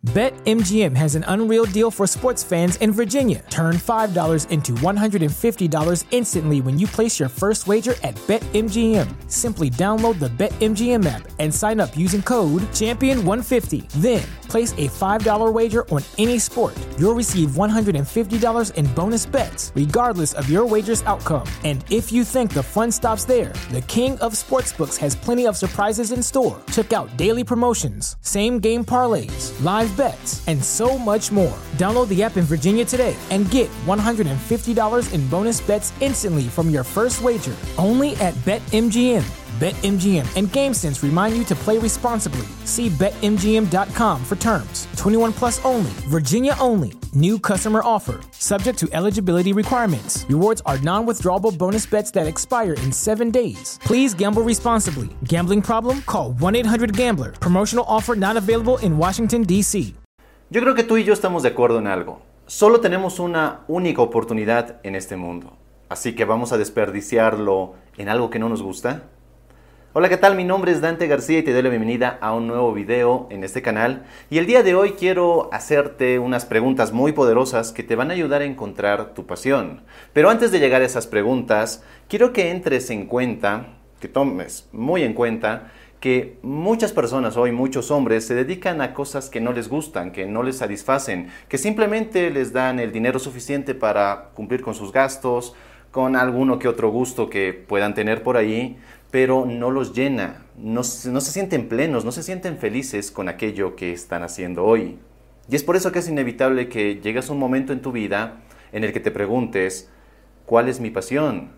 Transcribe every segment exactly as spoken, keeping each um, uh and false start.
BetMGM has an unreal deal for sports fans in Virginia. Turn five dollars into one hundred fifty dollars instantly when you place your first wager at BetMGM. Simply download the BetMGM app and sign up using code champion one fifty. Then, place a five dollars wager on any sport. You'll receive one hundred fifty dollars in bonus bets, regardless of your wager's outcome. And if you think the fun stops there, the King of Sportsbooks has plenty of surprises in store. Check out daily promotions, same-game parlays, live bets, and so much more. Download the app in Virginia today and get one hundred fifty dollars in bonus bets instantly from your first wager. Only at BetMGM. BetMGM and GameSense remind you to play responsibly. See Bet M G M dot com for terms. twenty-one plus only. Virginia only. New customer offer. Subject to eligibility requirements. Rewards are non-withdrawable bonus bets that expire in seven days. Please gamble responsibly. Gambling problem? Call one eight hundred gambler. Promotional offer not available in Washington, D C Yo creo que tú y yo estamos de acuerdo en algo. Solo tenemos una única oportunidad en este mundo. Así que vamos a desperdiciarlo en algo que no nos gusta. Hola, ¿qué tal? Mi nombre es Dante García y te doy la bienvenida a un nuevo video en este canal. Y el día de hoy quiero hacerte unas preguntas muy poderosas que te van a ayudar a encontrar tu pasión. Pero antes de llegar a esas preguntas, quiero que entres en cuenta, que tomes muy en cuenta, que muchas personas hoy, muchos hombres, se dedican a cosas que no les gustan, que no les satisfacen, que simplemente les dan el dinero suficiente para cumplir con sus gastos, con alguno que otro gusto que puedan tener por ahí, pero no los llena, no, no se sienten plenos, no se sienten felices con aquello que están haciendo hoy. Y es por eso que es inevitable que llegues a un momento en tu vida en el que te preguntes, ¿cuál es mi pasión?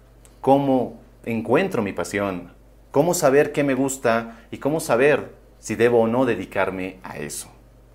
¿Cómo encuentro mi pasión? ¿Cómo saber qué me gusta y cómo saber si debo o no dedicarme a eso?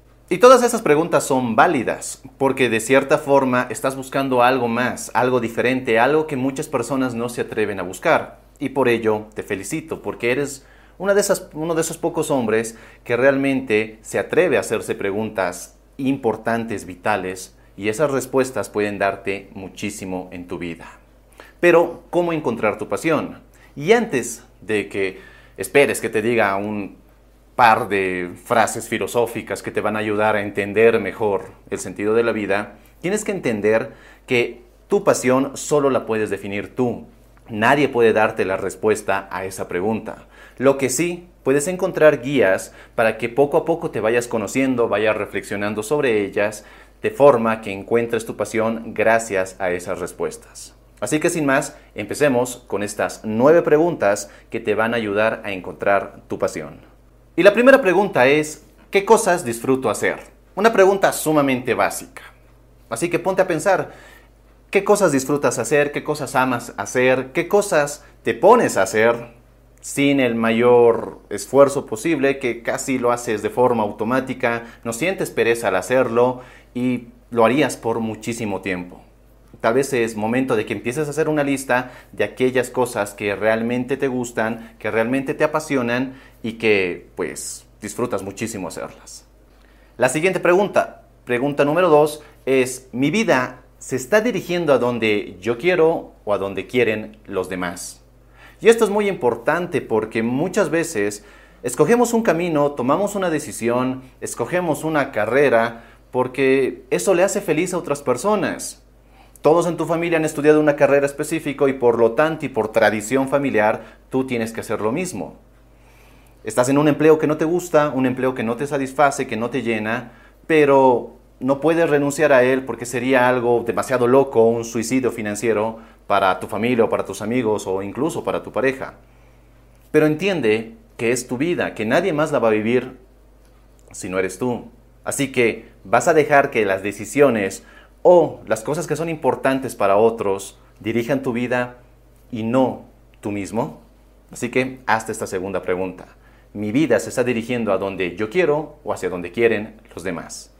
Y todas esas preguntas son válidas, porque de cierta forma estás buscando algo más, algo diferente, algo que muchas personas no se atreven a buscar. Y por ello te felicito, porque eres una de esas, uno de esos pocos hombres que realmente se atreve a hacerse preguntas importantes, vitales, y esas respuestas pueden darte muchísimo en tu vida. Pero, ¿cómo encontrar tu pasión? Y antes de que esperes que te diga un par de frases filosóficas que te van a ayudar a entender mejor el sentido de la vida, tienes que entender que tu pasión solo la puedes definir tú. Nadie puede darte la respuesta a esa pregunta. Lo que sí, puedes encontrar guías para que poco a poco te vayas conociendo, vayas reflexionando sobre ellas, de forma que encuentres tu pasión gracias a esas respuestas. Así que sin más, empecemos con estas nueve preguntas que te van a ayudar a encontrar tu pasión. Y la primera pregunta es, ¿qué cosas disfruto hacer? Una pregunta sumamente básica. Así que ponte a pensar, ¿qué cosas disfrutas hacer? ¿Qué cosas amas hacer? ¿Qué cosas te pones a hacer sin el mayor esfuerzo posible, que casi lo haces de forma automática, no sientes pereza al hacerlo y lo harías por muchísimo tiempo? Tal vez es momento de que empieces a hacer una lista de aquellas cosas que realmente te gustan, que realmente te apasionan y que, pues, disfrutas muchísimo hacerlas. La siguiente pregunta, pregunta número dos, es, ¿mi vida se está dirigiendo a donde yo quiero o a donde quieren los demás? Y esto es muy importante porque muchas veces escogemos un camino, tomamos una decisión, escogemos una carrera porque eso le hace feliz a otras personas. Todos en tu familia han estudiado una carrera específica y por lo tanto y por tradición familiar, tú tienes que hacer lo mismo. Estás en un empleo que no te gusta, un empleo que no te satisface, que no te llena, pero no puedes renunciar a él porque sería algo demasiado loco, un suicidio financiero para tu familia o para tus amigos o incluso para tu pareja. Pero entiende que es tu vida, que nadie más la va a vivir si no eres tú. Así que vas a dejar que las decisiones o las cosas que son importantes para otros dirijan tu vida y no tú mismo. Así que hazte esta segunda pregunta. ¿Mi vida se está dirigiendo a donde yo quiero o hacia donde quieren los demás?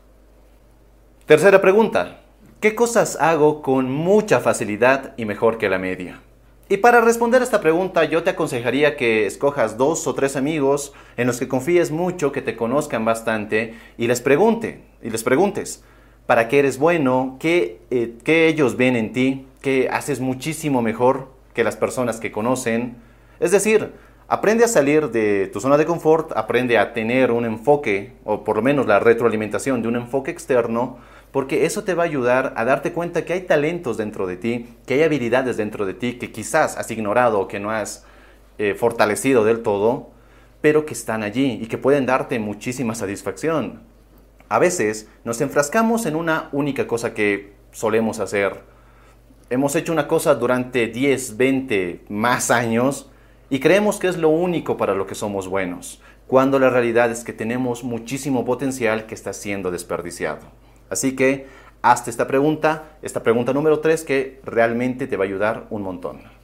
Tercera pregunta. ¿Qué cosas hago con mucha facilidad y mejor que la media? Y para responder a esta pregunta yo te aconsejaría que escojas dos o tres amigos en los que confíes mucho, que te conozcan bastante y les pregunte, y les preguntes para qué eres bueno, qué, eh, qué ellos ven en ti, qué haces muchísimo mejor que las personas que conocen. Es decir, Aprende a salir de tu zona de confort, aprende a tener un enfoque, o por lo menos la retroalimentación de un enfoque externo, porque eso te va a ayudar a darte cuenta que hay talentos dentro de ti, que hay habilidades dentro de ti que quizás has ignorado o que no has eh, fortalecido del todo, pero que están allí y que pueden darte muchísima satisfacción. A veces nos enfrascamos en una única cosa que solemos hacer. Hemos hecho una cosa durante diez, veinte, más años y creemos que es lo único para lo que somos buenos, cuando la realidad es que tenemos muchísimo potencial que está siendo desperdiciado. Así que hazte esta pregunta, esta pregunta número tres, que realmente te va a ayudar un montón.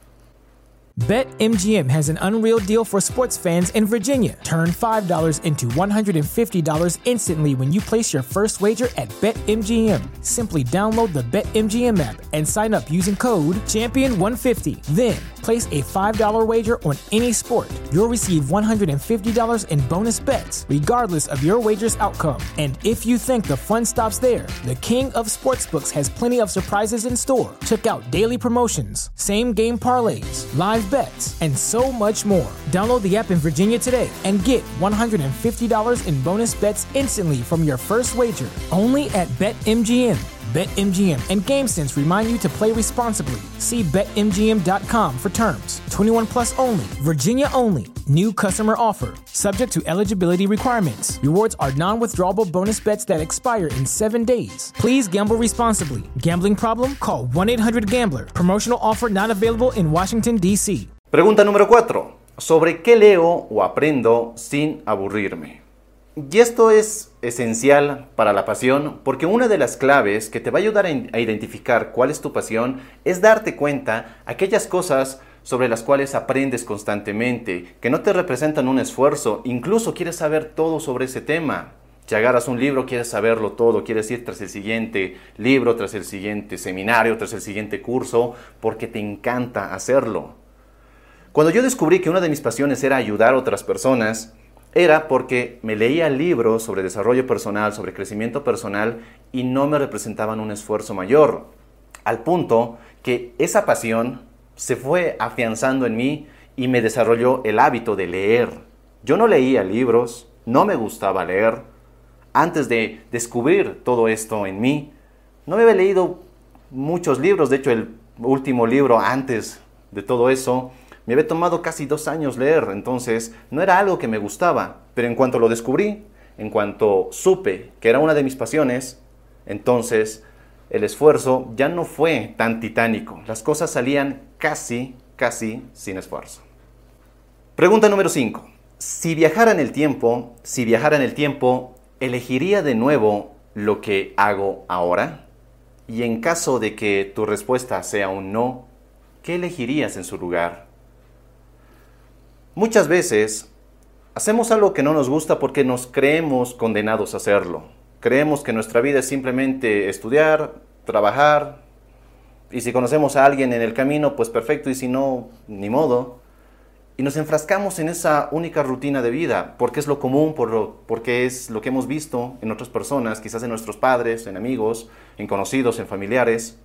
BetMGM has an unreal deal for sports fans in Virginia. Turn five dollars into one hundred fifty dollars instantly when you place your first wager at BetMGM. Simply download the BetMGM app and sign up using code champion one fifty. Then, place a five dollars wager on any sport. You'll receive one hundred fifty dollars in bonus bets, regardless of your wager's outcome. And if you think the fun stops there, the king of sportsbooks has plenty of surprises in store. Check out daily promotions, same-game parlays, live bets, and so much more. Download the app in Virginia today and get one hundred fifty dollars in bonus bets instantly from your first wager. Only at BetMGM. BetMGM and GameSense remind you to play responsibly. See Bet M G M dot com for terms. twenty-one plus only. Virginia only. New customer offer. Subject to eligibility requirements. Rewards are non-withdrawable bonus bets that expire in seven days. Please gamble responsibly. Gambling problem? Call one eight hundred gambler. Promotional offer not available in Washington, D C Pregunta número cuatro. ¿Sobre qué leo o aprendo sin aburrirme? Y esto es esencial para la pasión, porque una de las claves que te va a ayudar a identificar cuál es tu pasión es darte cuenta aquellas cosas sobre las cuales aprendes constantemente, que no te representan un esfuerzo, incluso quieres saber todo sobre ese tema. Si agarras un libro, quieres saberlo todo, quieres ir tras el siguiente libro, tras el siguiente seminario, tras el siguiente curso, porque te encanta hacerlo. Cuando yo descubrí que una de mis pasiones era ayudar a otras personas, era porque me leía libros sobre desarrollo personal, sobre crecimiento personal y no me representaban un esfuerzo mayor. Al punto que esa pasión se fue afianzando en mí y me desarrolló el hábito de leer. Yo no leía libros, no me gustaba leer. Antes de descubrir todo esto en mí, no me había leído muchos libros. De hecho, el último libro antes de todo eso me había tomado casi dos años leer, entonces no era algo que me gustaba. Pero en cuanto lo descubrí, en cuanto supe que era una de mis pasiones, entonces el esfuerzo ya no fue tan titánico. Las cosas salían casi, casi sin esfuerzo. Pregunta número cinco. Si viajara en el tiempo, si viajara en el tiempo, ¿elegiría de nuevo lo que hago ahora? Y en caso de que tu respuesta sea un no, ¿qué elegirías en su lugar? Muchas veces hacemos algo que no nos gusta porque nos creemos condenados a hacerlo. Creemos que nuestra vida es simplemente estudiar, trabajar, y si conocemos a alguien en el camino, pues perfecto, y si no, ni modo. Y nos enfrascamos en esa única rutina de vida, porque es lo común, por lo, porque es lo que hemos visto en otras personas, quizás en nuestros padres, en amigos, en conocidos, en familiares.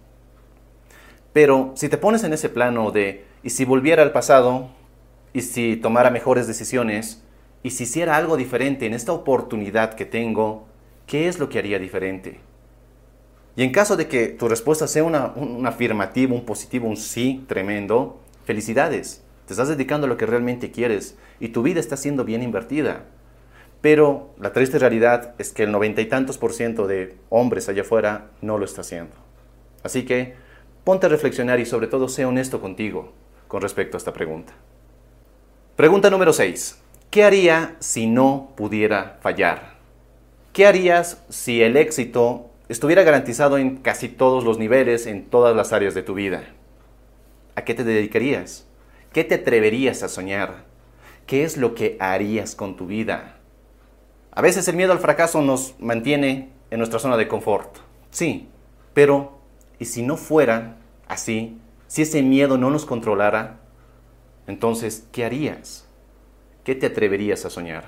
Pero si te pones en ese plano de, ¿y si volviera al pasado? ¿Y si tomara mejores decisiones? ¿Y si hiciera algo diferente en esta oportunidad que tengo? ¿Qué es lo que haría diferente? Y en caso de que tu respuesta sea una, un afirmativo, un positivo, un sí tremendo, felicidades. Te estás dedicando a lo que realmente quieres y tu vida está siendo bien invertida. Pero la triste realidad es que el noventa y tantos por ciento de hombres allá afuera no lo está haciendo. Así que ponte a reflexionar y sobre todo sé honesto contigo con respecto a esta pregunta. Pregunta número seis. ¿Qué haría si no pudiera fallar? ¿Qué harías si el éxito estuviera garantizado en casi todos los niveles, en todas las áreas de tu vida? ¿A qué te dedicarías? ¿Qué te atreverías a soñar? ¿Qué es lo que harías con tu vida? A veces el miedo al fracaso nos mantiene en nuestra zona de confort. Sí, pero ¿y si no fuera así? Si ese miedo no nos controlara, entonces, ¿qué harías? ¿Qué te atreverías a soñar?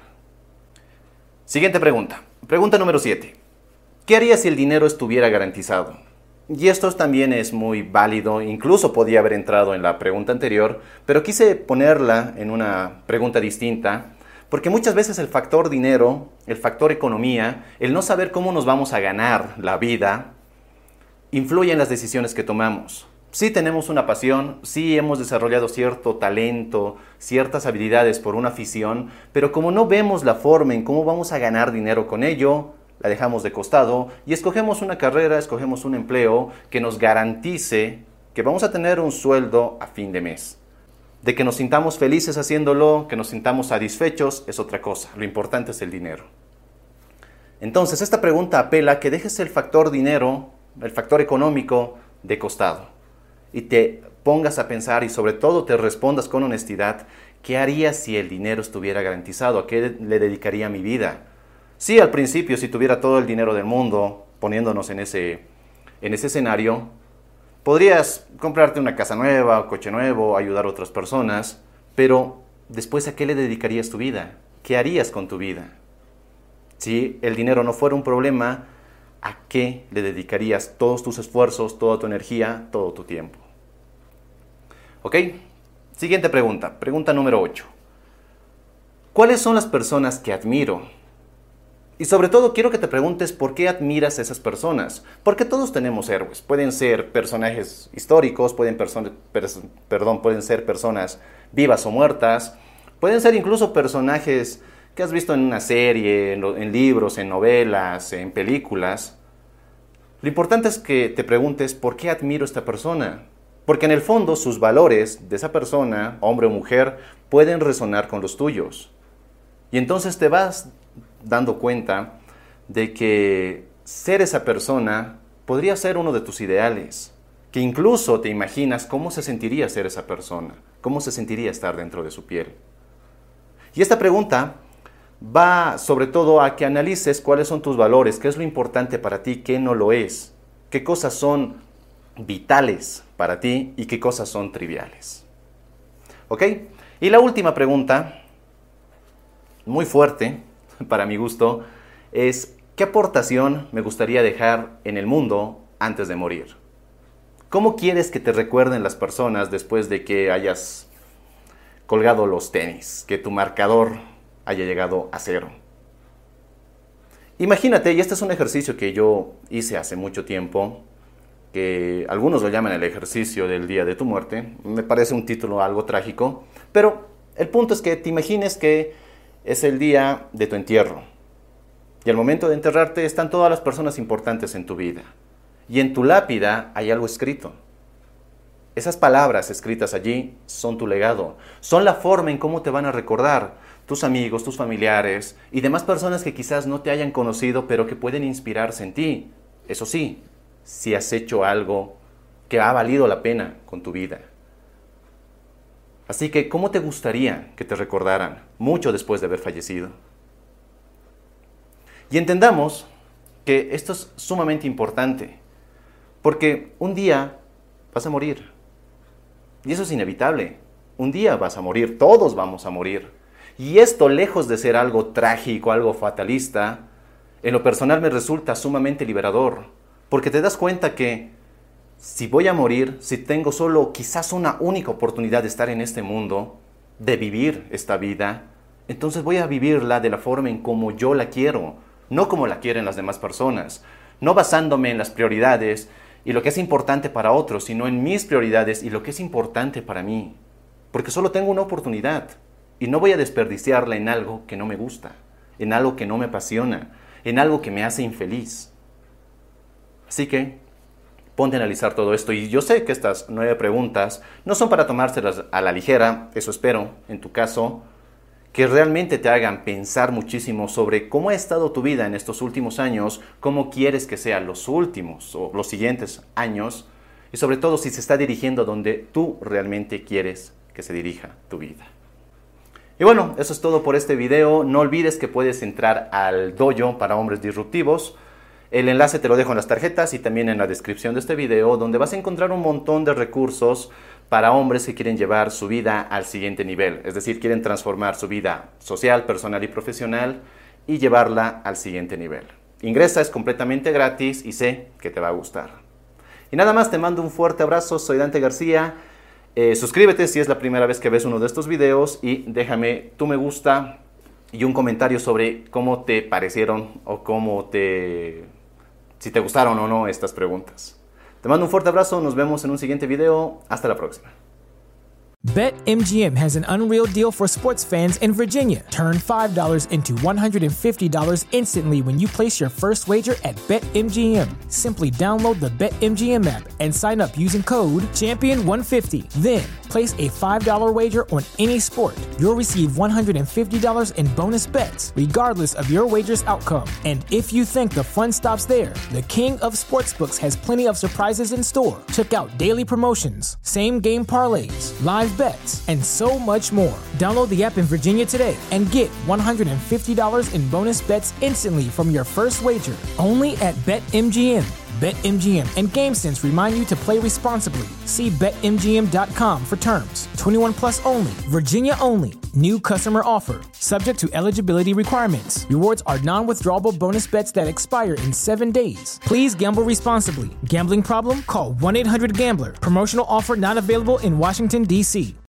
Siguiente pregunta. Pregunta número siete. ¿Qué harías si el dinero estuviera garantizado? Y esto también es muy válido, incluso podía haber entrado en la pregunta anterior, pero quise ponerla en una pregunta distinta, porque muchas veces el factor dinero, el factor economía, el no saber cómo nos vamos a ganar la vida, influye en las decisiones que tomamos. Sí tenemos una pasión, sí hemos desarrollado cierto talento, ciertas habilidades por una afición, pero como no vemos la forma en cómo vamos a ganar dinero con ello, la dejamos de costado y escogemos una carrera, escogemos un empleo que nos garantice que vamos a tener un sueldo a fin de mes. De que nos sintamos felices haciéndolo, que nos sintamos satisfechos, es otra cosa. Lo importante es el dinero. Entonces, esta pregunta apela a que dejes el factor dinero, el factor económico, de costado. Y te pongas a pensar y sobre todo te respondas con honestidad, ¿qué haría si el dinero estuviera garantizado? ¿A qué le dedicaría mi vida? Sí, al principio, si tuviera todo el dinero del mundo, poniéndonos en ese, en ese escenario, podrías comprarte una casa nueva, un coche nuevo, ayudar a otras personas, pero después, ¿a qué le dedicarías tu vida? ¿Qué harías con tu vida? Si el dinero no fuera un problema, ¿a qué le dedicarías todos tus esfuerzos, toda tu energía, todo tu tiempo? ¿Ok? Siguiente pregunta, pregunta número ocho. ¿Cuáles son las personas que admiro? Y sobre todo quiero que te preguntes por qué admiras a esas personas. Porque todos tenemos héroes. Pueden ser personajes históricos, pueden, perso- pers- perdón, pueden ser personas vivas o muertas, pueden ser incluso personajes que has visto en una serie, en, lo- en libros, en novelas, en películas. Lo importante es que te preguntes por qué admiro a esta persona. Porque en el fondo sus valores de esa persona, hombre o mujer, pueden resonar con los tuyos. Y entonces te vas dando cuenta de que ser esa persona podría ser uno de tus ideales. Que incluso te imaginas cómo se sentiría ser esa persona, cómo se sentiría estar dentro de su piel. Y esta pregunta va sobre todo a que analices cuáles son tus valores, qué es lo importante para ti, qué no lo es, qué cosas son vitales para ti y qué cosas son triviales. ¿Ok? Y la última pregunta, muy fuerte para mi gusto, es ¿qué aportación me gustaría dejar en el mundo antes de morir? ¿Cómo quieres que te recuerden las personas después de que hayas colgado los tenis, que tu marcador haya llegado a cero? Imagínate, y este es un ejercicio que yo hice hace mucho tiempo, que algunos lo llaman el ejercicio del día de tu muerte. Me parece un título algo trágico, pero el punto es que te imagines que es el día de tu entierro. Y al momento de enterrarte están todas las personas importantes en tu vida. Y en tu lápida hay algo escrito. Esas palabras escritas allí son tu legado. Son la forma en cómo te van a recordar tus amigos, tus familiares y demás personas que quizás no te hayan conocido, pero que pueden inspirarse en ti. Eso sí, si has hecho algo que ha valido la pena con tu vida. Así que, ¿cómo te gustaría que te recordaran mucho después de haber fallecido? Y entendamos que esto es sumamente importante, porque un día vas a morir. Y eso es inevitable. Un día vas a morir, todos vamos a morir. Y esto, lejos de ser algo trágico, algo fatalista, en lo personal me resulta sumamente liberador. Porque te das cuenta que si voy a morir, si tengo solo quizás una única oportunidad de estar en este mundo, de vivir esta vida, entonces voy a vivirla de la forma en como yo la quiero, no como la quieren las demás personas, no basándome en las prioridades y lo que es importante para otros, sino en mis prioridades y lo que es importante para mí. Porque solo tengo una oportunidad y no voy a desperdiciarla en algo que no me gusta, en algo que no me apasiona, en algo que me hace infeliz. Así que ponte a analizar todo esto. Y yo sé que estas nueve preguntas no son para tomárselas a la ligera, eso espero, en tu caso, que realmente te hagan pensar muchísimo sobre cómo ha estado tu vida en estos últimos años, cómo quieres que sean los últimos o los siguientes años, y sobre todo si se está dirigiendo a donde tú realmente quieres que se dirija tu vida. Y bueno, eso es todo por este video. No olvides que puedes entrar al dojo para hombres disruptivos. El enlace te lo dejo en las tarjetas y también en la descripción de este video, donde vas a encontrar un montón de recursos para hombres que quieren llevar su vida al siguiente nivel. Es decir, quieren transformar su vida social, personal y profesional y llevarla al siguiente nivel. Ingresa, es completamente gratis y sé que te va a gustar. Y nada más, te mando un fuerte abrazo, soy Dante García. Eh, suscríbete si es la primera vez que ves uno de estos videos y déjame tu me gusta y un comentario sobre cómo te parecieron o cómo te... si te gustaron o no estas preguntas. Te mando un fuerte abrazo, nos vemos en un siguiente video. Hasta la próxima. BetMGM has an unreal deal for sports fans in Virginia. Turn five dollars into one hundred fifty dollars instantly when you place your first wager at BetMGM. Simply download the BetMGM app and sign up using code champion one fifty. Then, place a five dollars wager on any sport. You'll receive one hundred fifty dollars in bonus bets, regardless of your wager's outcome. And if you think the fun stops there, the king of sportsbooks has plenty of surprises in store. Check out daily promotions, same-game parlays, live bets, and so much more. Download the app in Virginia today and get one hundred fifty dollars in bonus bets instantly from your first wager. Only at BetMGM. BetMGM and GameSense remind you to play responsibly. See Bet M G M dot com for terms. twenty-one plus only. Virginia only. New customer offer. Subject to eligibility requirements. Rewards are non-withdrawable bonus bets that expire in seven days. Please gamble responsibly. Gambling problem? Call one eight hundred gambler. Promotional offer not available in Washington, D C